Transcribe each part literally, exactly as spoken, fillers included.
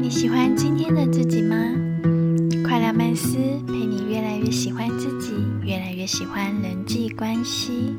你喜欢今天的自己吗？快乐曼斯陪你越来越喜欢自己，越来越喜欢人际关系。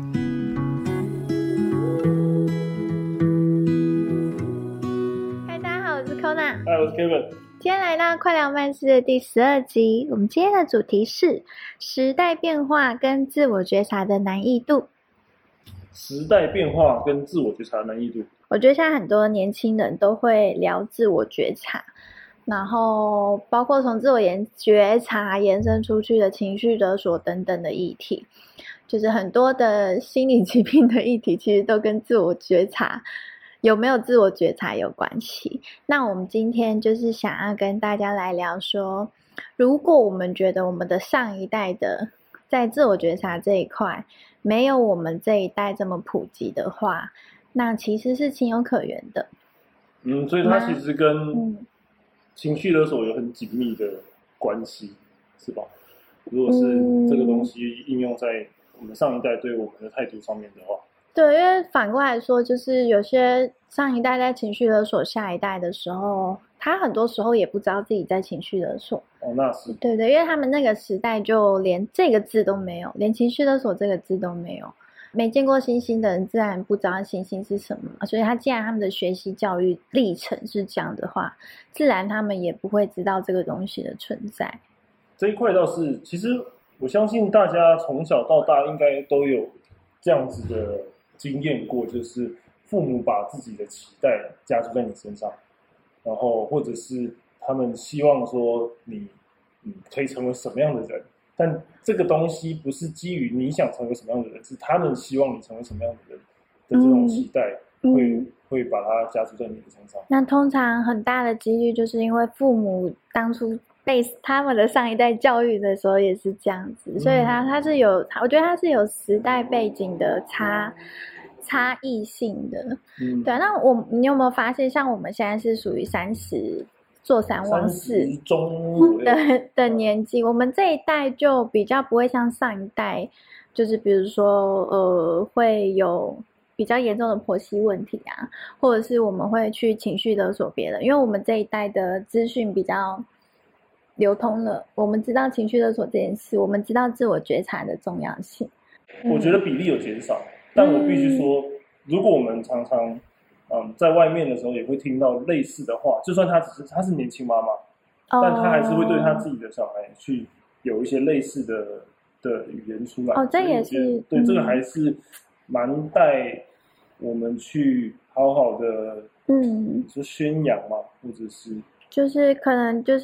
嗨，大家好，我是 Kona。 嗨，我是 Kevin。 今天来到快聊曼斯的第十二集，我们今天的主题是时代变化跟自我觉察的难易度。 时代变化跟自我觉察的难易度， 我觉得现在很多年轻人都会聊自我觉察，然后包括从自我觉察延伸出去的情绪勒索等等的议题，就是很多的心理疾病的议题其实都跟自我觉察有没有自我觉察有关系。那我们今天就是想要跟大家来聊说，如果我们觉得我们的上一代的在自我觉察这一块没有我们这一代这么普及的话，那其实是情有可原的。 嗯，所以它其实跟情绪勒索有很紧密的关系，是吧？如果是这个东西应用在我们上一代对我们的态度上面的话， 对，因为反过来说，就是有些上一代在情绪勒索下一代的时候，他很多时候也不知道自己在情绪勒索。 哦，那是对对，因为他们那个时代就连这个字都没有，连情绪勒索这个字都没有。没见过星星的人自然不知道星星是什么，所以他既然他们的学习教育历程是这样的话，自然他们也不会知道这个东西的存在。 这一块倒是，其实我相信大家从小到大应该都有这样子的经验过，就是父母把自己的期待加注在你身上，然后或者是他们希望说你嗯可以成为什么样的人，但这个东西不是基于你想成为什么样的人，是他们希望你成为什么样的人的这种期待，嗯、会、嗯、会把它加注在你的身上。 那通常很大的几率就是因为父母当初被他们的上一代教育的时候也是这样子，所以他他是有，我觉得他是有时代背景的差差异性的。嗯，对。那我你有没有发现，像我们现在是属于三十做三忘四中的的年纪，我们这一代就比较不会像上一代，就是比如说呃会有比较严重的婆媳问题啊，或者是我们会去情绪勒索别人，因为我们这一代的资讯比较流通了，我们知道情绪勒索这件事，我们知道自我觉察的重要性。 我觉得比例有减少，但我必须说，嗯、如果我们常常嗯在外面的时候也会听到类似的话，就算他只是他是年轻妈妈，哦、但他还是会对他自己的小孩去有一些类似的的语言出来。 哦，这也是对、嗯、这个还是蛮带我们去好好的嗯，说宣扬嘛，或者是就是可能就是。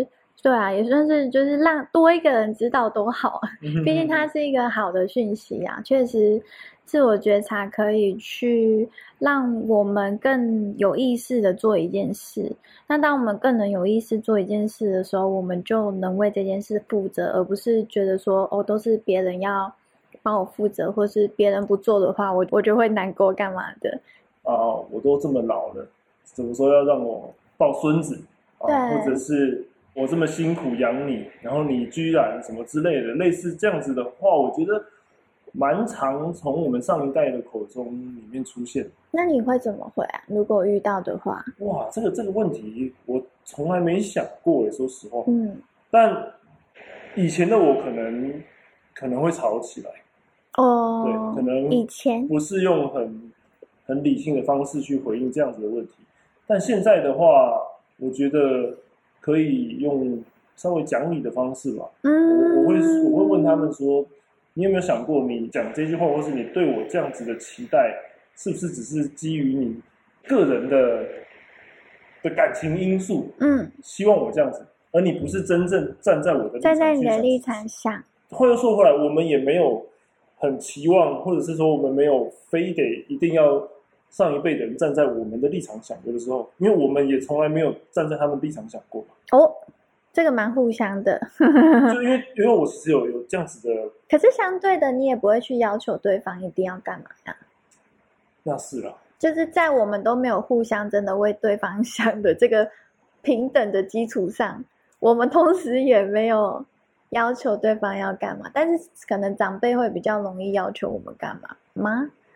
对啊，也算是就是让多一个人知道多好啊，毕竟它是一个好的讯息啊。确实，自我觉察可以去让我们更有意识的做一件事。那当我们更能有意识做一件事的时候，我们就能为这件事负责，而不是觉得说哦，都是别人要帮我负责，或是别人不做的话，我我就会难过干嘛的。 啊，我都这么老了，怎么说要让我抱孙子啊？ 对， 或者是我这么辛苦养你，然后你居然什么之类的，类似这样子的话，我觉得蛮常从我们上一代的口中里面出现。 那你会怎么回啊？如果遇到的话？ 哇，这个这个问题我从来没想过耶，说实话。 嗯。但以前的我可能可能会吵起来。 哦。 对，可能以前不是用很很理性的方式去回应这样子的问题，但现在的话，我觉得可以用稍微讲理的方式吧。嗯，我我会我会问他们说，你有没有想过，你讲这句话，或是你对我这样子的期待，是不是只是基于你个人的的感情因素？嗯，希望我这样子，而你不是真正站在我的立场站在你的立场想。 话又说回来，我们也没有很期望，或者是说我们没有非得一定要上一辈的人站在我们的立场想过的时候，因为我们也从来没有站在他们立场想过。 哦，这个蛮互相的。 就因为因为我其实有有这样子的， 可是相对的，你也不会去要求对方一定要干嘛呀？ 那是啦， 就是在我们都没有互相真的为对方想的这个平等的基础上，我们同时也没有要求对方要干嘛，但是可能长辈会比较容易要求我们干嘛吗？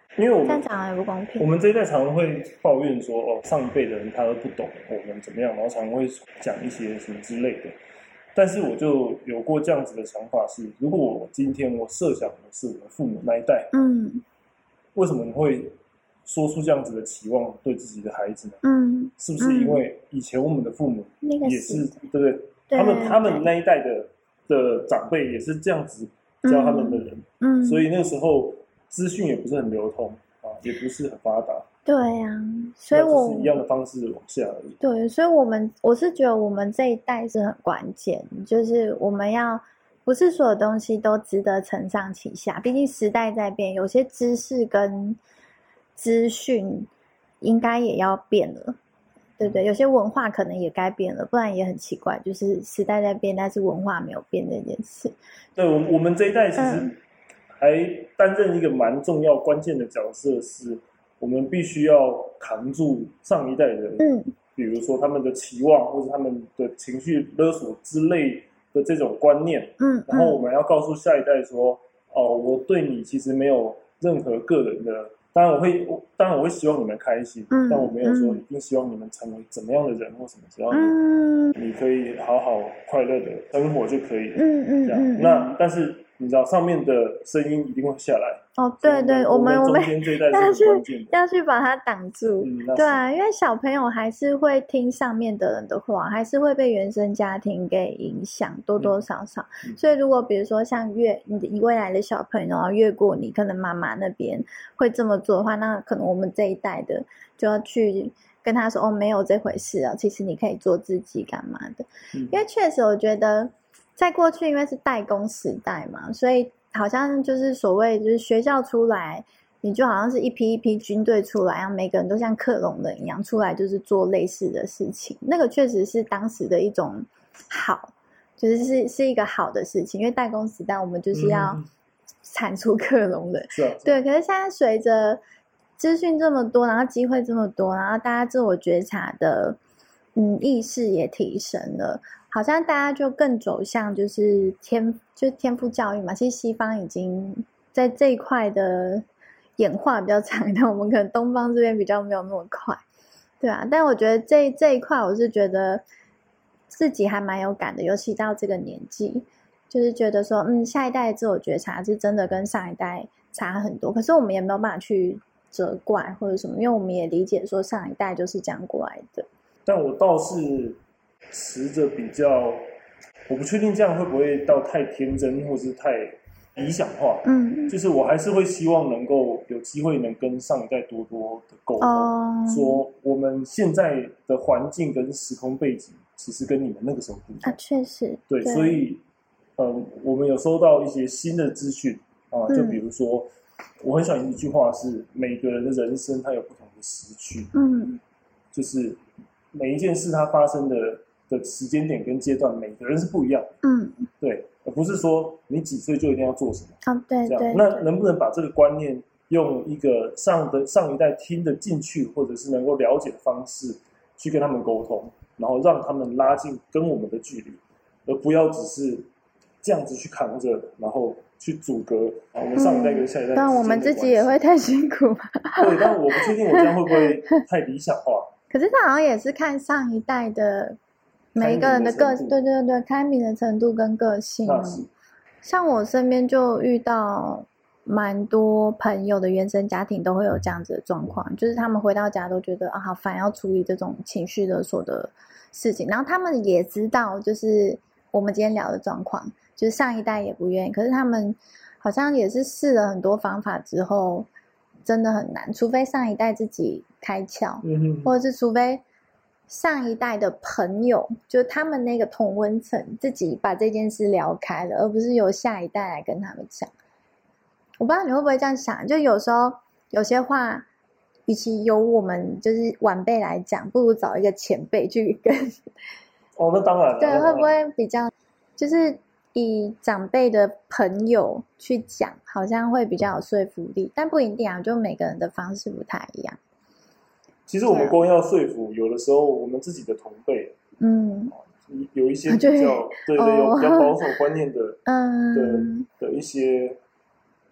因为我们这样讲也不公平。 我们这一代常常会抱怨说，哦，上一辈的人他都不懂我们怎么样，然后常常会讲一些什么之类的。但是我就有过这样子的想法是，如果我今天我设想的是我的父母那一代， 嗯， 为什么你会说出这样子的期望对自己的孩子呢？ 嗯， 是不是因为以前我们的父母也是， 嗯、 对不对？ 对他们他们那一代的的长辈也是这样子教他们的人， 嗯， 所以那个时候资讯也不是很流通啊，也不是很发达。 对呀、啊，所以我是一样的方式往下而已。 对，所以我们我是觉得我们这一代是很关键，就是我们要不是所有东西都值得承上启下，毕竟时代在变，有些知识跟资讯应该也要变了，对不对？有些文化可能也该变了，不然也很奇怪，就是时代在变，但是文化没有变这件事。 对，我我们这一代其实嗯还担任一个蛮重要关键的角色，是我们必须要扛住上一代人， 嗯， 比如说他们的期望或者他们的情绪勒索之类的这种观念， 嗯， 然后我们要告诉下一代说，哦，我对你其实没有任何个人的。当然我会，当然我会希望你们开心， 嗯、 但我没有说一定希望你们成为怎么样的人或什么，只要你、 嗯、 你可以好好快乐的生活就可以了。 嗯嗯这样嗯， 那但是你知道上面的声音一定会下来。 哦，对对， 我们我们中间这一代是很关键的， 要去把它挡住。 嗯， 对啊，因为小朋友还是会听上面的人的话，还是会被原生家庭给影响，多多少少。 嗯、 所以如果比如说像越你未来的小朋友啊，越过你可能妈妈那边会这么做的话，那可能我们这一代的就要去跟他说，哦，没有这回事啊，其实你可以做自己干嘛的。 嗯、 因为确实我觉得在过去因为是代工时代嘛，所以好像就是所谓就是学校出来，你就好像是一批一批军队出来，然后每个人都像克隆人一样出来，就是做类似的事情。那个确实是当时的一种好，就是是是一个好的事情，因为代工时代我们就是要产出克隆人。 是啊， 对。可是现在随着资讯这么多，然后机会这么多，然后大家自我觉察的嗯意识也提升了。好像大家就更走向就是天就天赋教育嘛，其实西方已经在这一块的演化比较长，但我们可能东方这边比较没有那么快，对啊。但我觉得这这一块我是觉得自己还蛮有感的，尤其到这个年纪，就是觉得说嗯，下一代的自我觉察是真的跟上一代差很多，可是我们也没有办法去责怪或者什么，因为我们也理解说上一代就是这样过来的。 但我倒是持着比较，我不确定这样会不会到太天真或是太理想化。 嗯， 就是我还是会希望能够有机会能跟上一代多多的沟通， 哦、 说我们现在的环境跟时空背景其实跟你们那个时候不一样啊，确实， 对，对所以嗯，我们有收到一些新的资讯啊，就比如说，嗯、我很喜欢一句话是每个人的人生它有不同的时区， 嗯， 就是每一件事它发生的。的时间点跟阶段，每个人是不一样的。 嗯， 对，而不是说你几岁就一定要做什么。 哦，对对对。 那能不能把这个观念用一个上的上一代听得进去，或者是能够了解的方式，去跟他们沟通，然后让他们拉近跟我们的距离，而不要只是这样子去扛着，然后去阻隔我们上一代跟下一代、嗯。 但我们自己也会太辛苦。 对，但我不确定我这样会不会太理想化。 可是他好像也是看上一代的。每一个人的个性，对对对，开明的程度跟个性哦。像我身边就遇到蛮多朋友的原生家庭都会有这样子的状况，就是他们回到家都觉得啊好烦，要处理这种情绪勒索的事情。然后他们也知道，就是我们今天聊的状况，就是上一代也不愿意，可是他们好像也是试了很多方法之后，真的很难，除非上一代自己开窍， 嗯、 或者是除非。上一代的朋友，就他们那个同温层，自己把这件事聊开了，而不是由下一代来跟他们讲。我不知道你会不会这样想，就有时候有些话，与其由我们就是晚辈来讲，不如找一个前辈去跟。 哦，那当然了。 对，会不会比较，就是以长辈的朋友去讲，好像会比较有说服力，但不一定啊，就每个人的方式不太一样。 其实我们光要说服，有的时候我们自己的同辈， 嗯， 有一些比较对对有比较保守观念的， 嗯的的一些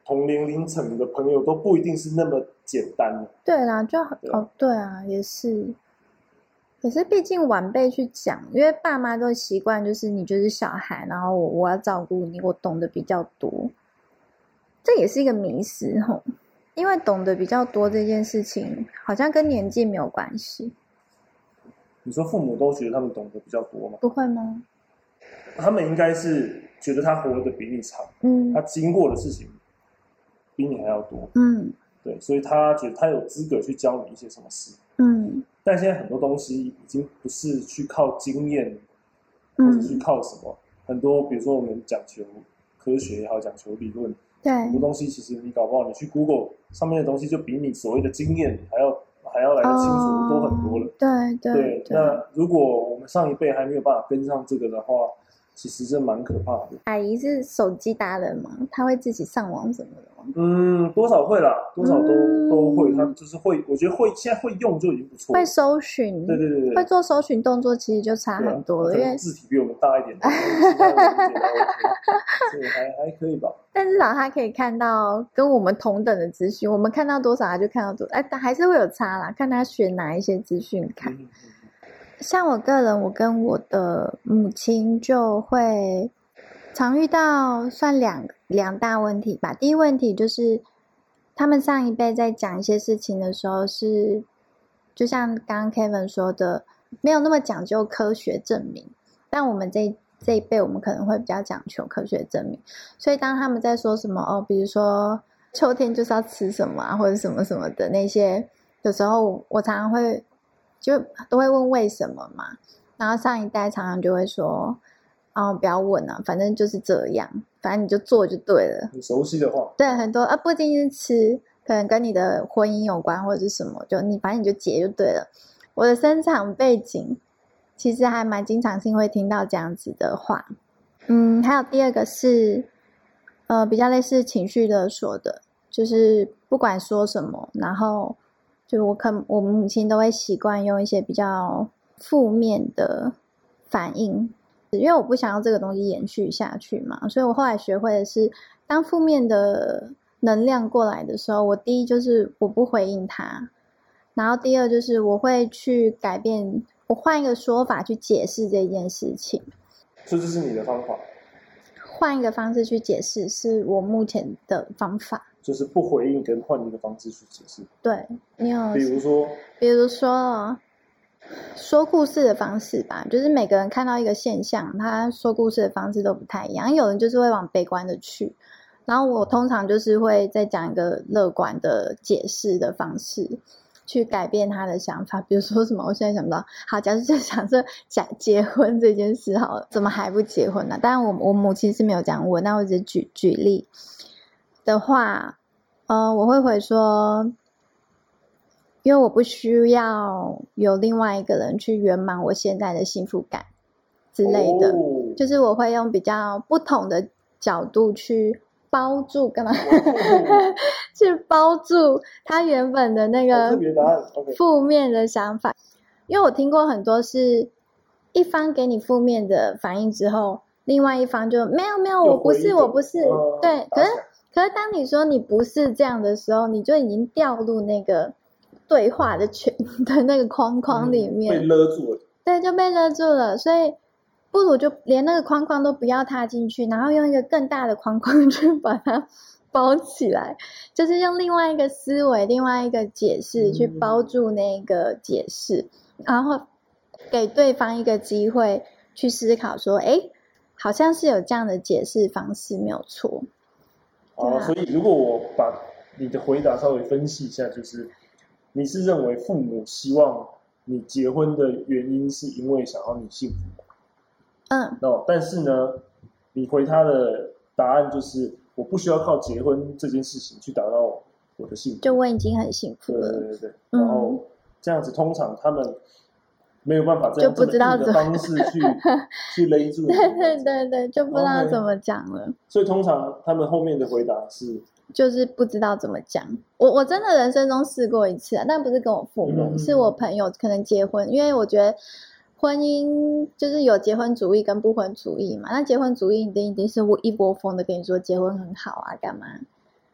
同年龄层的朋友都不一定是那么简单的。 对啦，就对哦，对啊，也是。可是毕竟晚辈去讲，因为爸妈都习惯就是你就是小孩，然后我我要照顾你，我懂得比较多，这也是一个迷思吼。因为懂得比较多这件事情，好像跟年纪没有关系。 你说父母都觉得他们懂得比较多吗？ 不会吗？ 他们应该是觉得他活得比你长， 嗯， 他经过的事情比你还要多， 嗯， 对，所以他觉得他有资格去教你一些什么事。 嗯， 但现在很多东西已经不是去靠经验，或者去靠什么，很多比如说我们讲求科学也好，讲求理论， 对， 很多东西其实你搞不好你去 Google 上面的东西就比你所谓的经验还要还要来得清楚多很多了。 哦、对对对, 对，那如果我们上一辈还没有办法跟上这个的话，其实这蛮可怕的。 阿姨是手机达人吗？她会自己上网什么的吗？ 嗯，多少会啦，多少都、嗯、都会。她就是会，我觉得会，现在会用就已经不错了。 会搜寻， 对对对对， 会做搜寻动作，其实就差很多了， 啊、 因为字体比我们大一点，所以还还可以吧。 但至少他可以看到跟我们同等的资讯，我们看到多少他就看到多少，哎，还是会有差啦，看他选哪一些资讯看。嗯像我个人，我跟我的母亲就会常遇到算两两大问题吧。第一问题就是他们上一辈在讲一些事情的时候是，就像刚刚 Kevin 说的，没有那么讲究科学证明，但我们这这一辈我们可能会比较讲求科学证明，所以当他们在说什么哦，比如说秋天就是要吃什么啊，或者什么什么的那些的时候，我常常会就都会问为什么嘛，然后上一代常常就会说哦，不要问啊，反正就是这样，反正你就做就对了。 很熟悉的话， 对，很多啊，不仅仅是吃，可能跟你的婚姻有关或者是什么，就你反正你就结就对了。我的生长背景其实还蛮经常性会听到这样子的话。嗯，还有第二个是呃比较类似情绪勒索的，就是不管说什么，然后就我可我们母亲都会习惯用一些比较负面的反应，因为我不想要这个东西延续下去嘛，所以我后来学会的是，当负面的能量过来的时候，我第一就是我不回应它，然后第二就是我会去改变，我换一个说法去解释这件事情。 所以这是你的方法？ 换一个方式去解释是我目前的方法。就是不回应跟换一个方式去解释。 对，你有比如说， 比如说说故事的方式吧，就是每个人看到一个现象，他说故事的方式都不太一样。有人就是会往悲观的去，然后我通常就是会再讲一个乐观的解释的方式，去改变他的想法。比如说什么，我现在想不到。好，假设就想说结结婚这件事好了，怎么还不结婚呢？当然我我母亲是没有这样问，那我只举举例的话，呃，我会回说，因为我不需要有另外一个人去圆满我现在的幸福感之类的，哦、就是我会用比较不同的角度去包住，干嘛？去包住他原本的那个负面的想法，因为我听过很多是一方给你负面的反应之后，另外一方就没有没有，我不是我不是，呃、对，可是。可是当你说你不是这样的时候，你就已经掉入那个对话的圈的那个框框里面，嗯、被勒住了。对，就被勒住了。所以不如就连那个框框都不要踏进去，然后用一个更大的框框去把它包起来，就是用另外一个思维、另外一个解释去包住那个解释，嗯、然后给对方一个机会去思考说，哎，好像是有这样的解释方式，没有错。 啊，所以如果我把你的回答稍微分析一下，就是你是认为父母希望你结婚的原因是因为想要你幸福， 嗯， 哦，但是呢，你回他的答案就是我不需要靠结婚这件事情去达到我的幸福， 就我已经很幸福了， 对对对对，嗯、然后这样子通常他们没有办法这样就不知道的方式去去勒住你， 对对对对，就不知道怎么讲了。Okay. 所以通常他们后面的回答是， 就是不知道怎么讲。我我真的人生中试过一次啊，但不是跟我父母，嗯、是我朋友可能结婚，因为我觉得婚姻就是有结婚主义跟不婚主义嘛。那结婚主义一定一定是我一窝蜂的跟你说结婚很好啊，干嘛？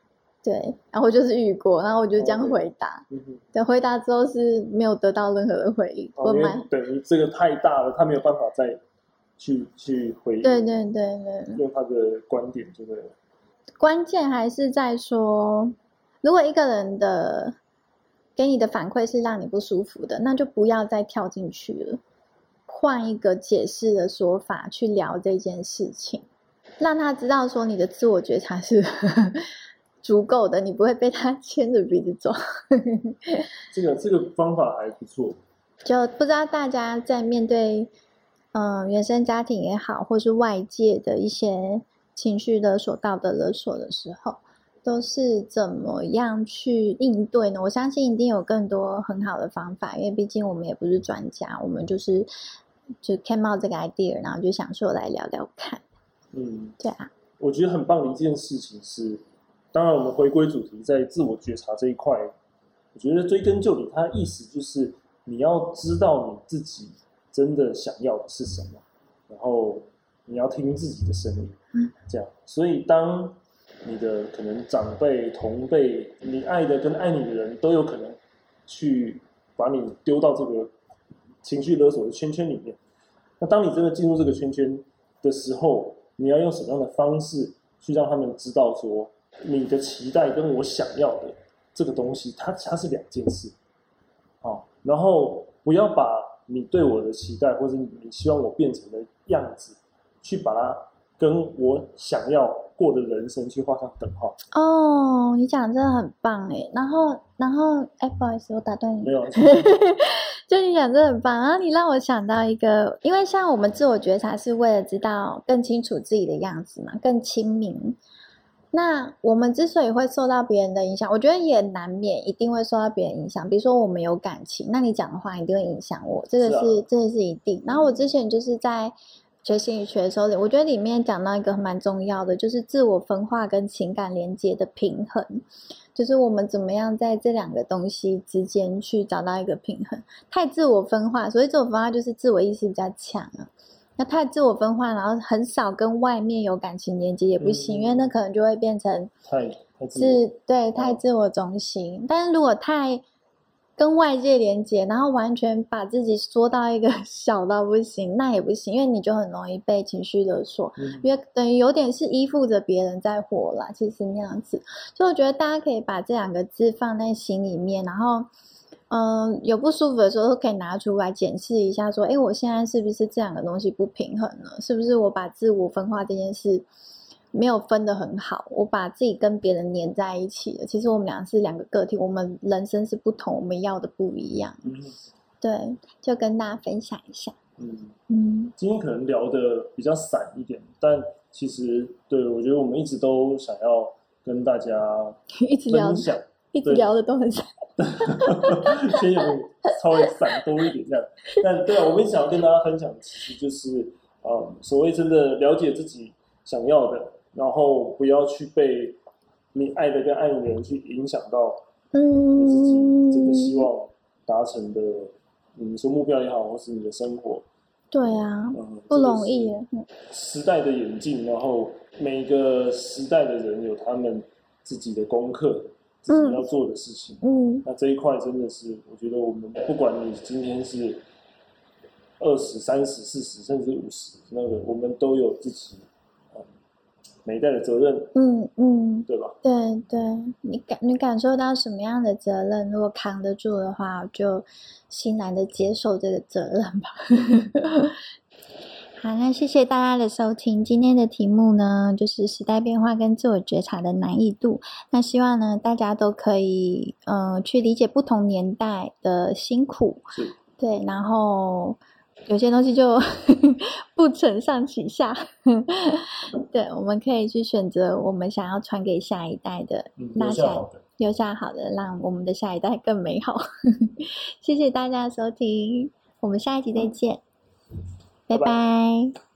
对，然后就是遇过，然后我就这样回答。 嗯哼， 对，回答之后是没有得到任何的回应， 哦，因为我蛮等于这个太大了，他没有办法再去去回应， 对对对对， 用他的观点，就对了。 关键还是在说，如果一个人的给你的反馈是让你不舒服的，那就不要再跳进去了，换一个解释的说法去聊这件事情，让他知道说你的自我觉察是足够的，你不会被他牵着鼻子走。 这个这个方法还不错。 就不知道大家在面对嗯、呃、原生家庭也好，或是外界的一些情绪勒索、道德勒索的时候，都是怎么样去应对呢？我相信一定有更多很好的方法，因为毕竟我们也不是专家，我们就是就 came out 这个 idea， 然后就想说来聊聊看。 嗯， 对啊， 我觉得很棒的一件事情是，当然我们回归主题，在自我觉察这一块，我觉得追根究底，它的意思就是你要知道你自己真的想要的是什么，然后你要听自己的声音，这样。所以当你的可能长辈、同辈，你爱的跟爱你的人都有可能去把你丢到这个情绪勒索的圈圈里面。那当你真的进入这个圈圈的时候，你要用什么样的方式去让他们知道说，你的期待跟我想要的这个东西，它它是两件事。好，然后不要把你对我的期待，或者你希望我变成的样子，去把它跟我想要过的人生去画上等号。 哦，你讲真的很棒哎。然后，然后，哎，不好意思，我打断你。 没有。 就你讲真的很棒，然后你让我想到一个，因为像我们自我觉察是为了知道更清楚自己的样子嘛，更清明。那我们之所以会受到别人的影响，我觉得也难免一定会受到别人影响。比如说我们有感情，那你讲的话一定会影响我，这个是, 是、啊、这个是一定。然后我之前就是在学心理学的时候，我觉得里面讲到一个蛮重要的，就是自我分化跟情感连接的平衡，就是我们怎么样在这两个东西之间去找到一个平衡。太自我分化，所以自我分化就是自我意识比较强啊。那太自我分化，然后很少跟外面有感情连接也不行，嗯、因为那可能就会变成太太是对太自我中心。哦、但是如果太跟外界连接，然后完全把自己缩到一个小到不行，那也不行，因为你就很容易被情绪勒索，嗯、因为等于有点是依附着别人在活啦，其实那样子。所以我觉得大家可以把这两个字放在心里面，然后嗯，有不舒服的时候可以拿出来检视一下，说，哎，我现在是不是这两个东西不平衡了？是不是我把自我分化这件事没有分得很好？我把自己跟别人黏在一起了。其实我们俩是两个个体，我们人生是不同，我们要的不一样。嗯，对，就跟大家分享一下。 嗯嗯，今天可能聊的比较散一点，但其实对我觉得我们一直都想要跟大家一直聊分享， 一直聊的都很散。 先有点稍微散多一点这样，但对啊，我们想要跟大家分享的其实就是，呃，所谓真的了解自己想要的，然后不要去被你爱的跟爱你的人去影响到你自己真的希望达成的，你说目标也好，或是你的生活。 对啊，嗯、不容易耶。 时代的演进，然后每个时代的人有他们自己的功课。自己要做的事情，嗯，那这一块真的是，我觉得我们不管你今天是二十、三十、四十，甚至五十，那个我们都有自己嗯每一代的责任，嗯嗯，对吧？ 对对，你感你感受到什么样的责任？如果扛得住的话，就欣然的接受这个责任吧。好，那谢谢大家的收听。今天的题目呢，就是时代变化跟自我觉察的难易度。那希望呢，大家都可以，呃，去理解不同年代的辛苦。 是。 对，然后有些东西就不承上启下。对，我们可以去选择我们想要传给下一代的， 嗯、留下好的， 留下好的，让我们的下一代更美好。谢谢大家的收听，我们下一集再见。拜拜。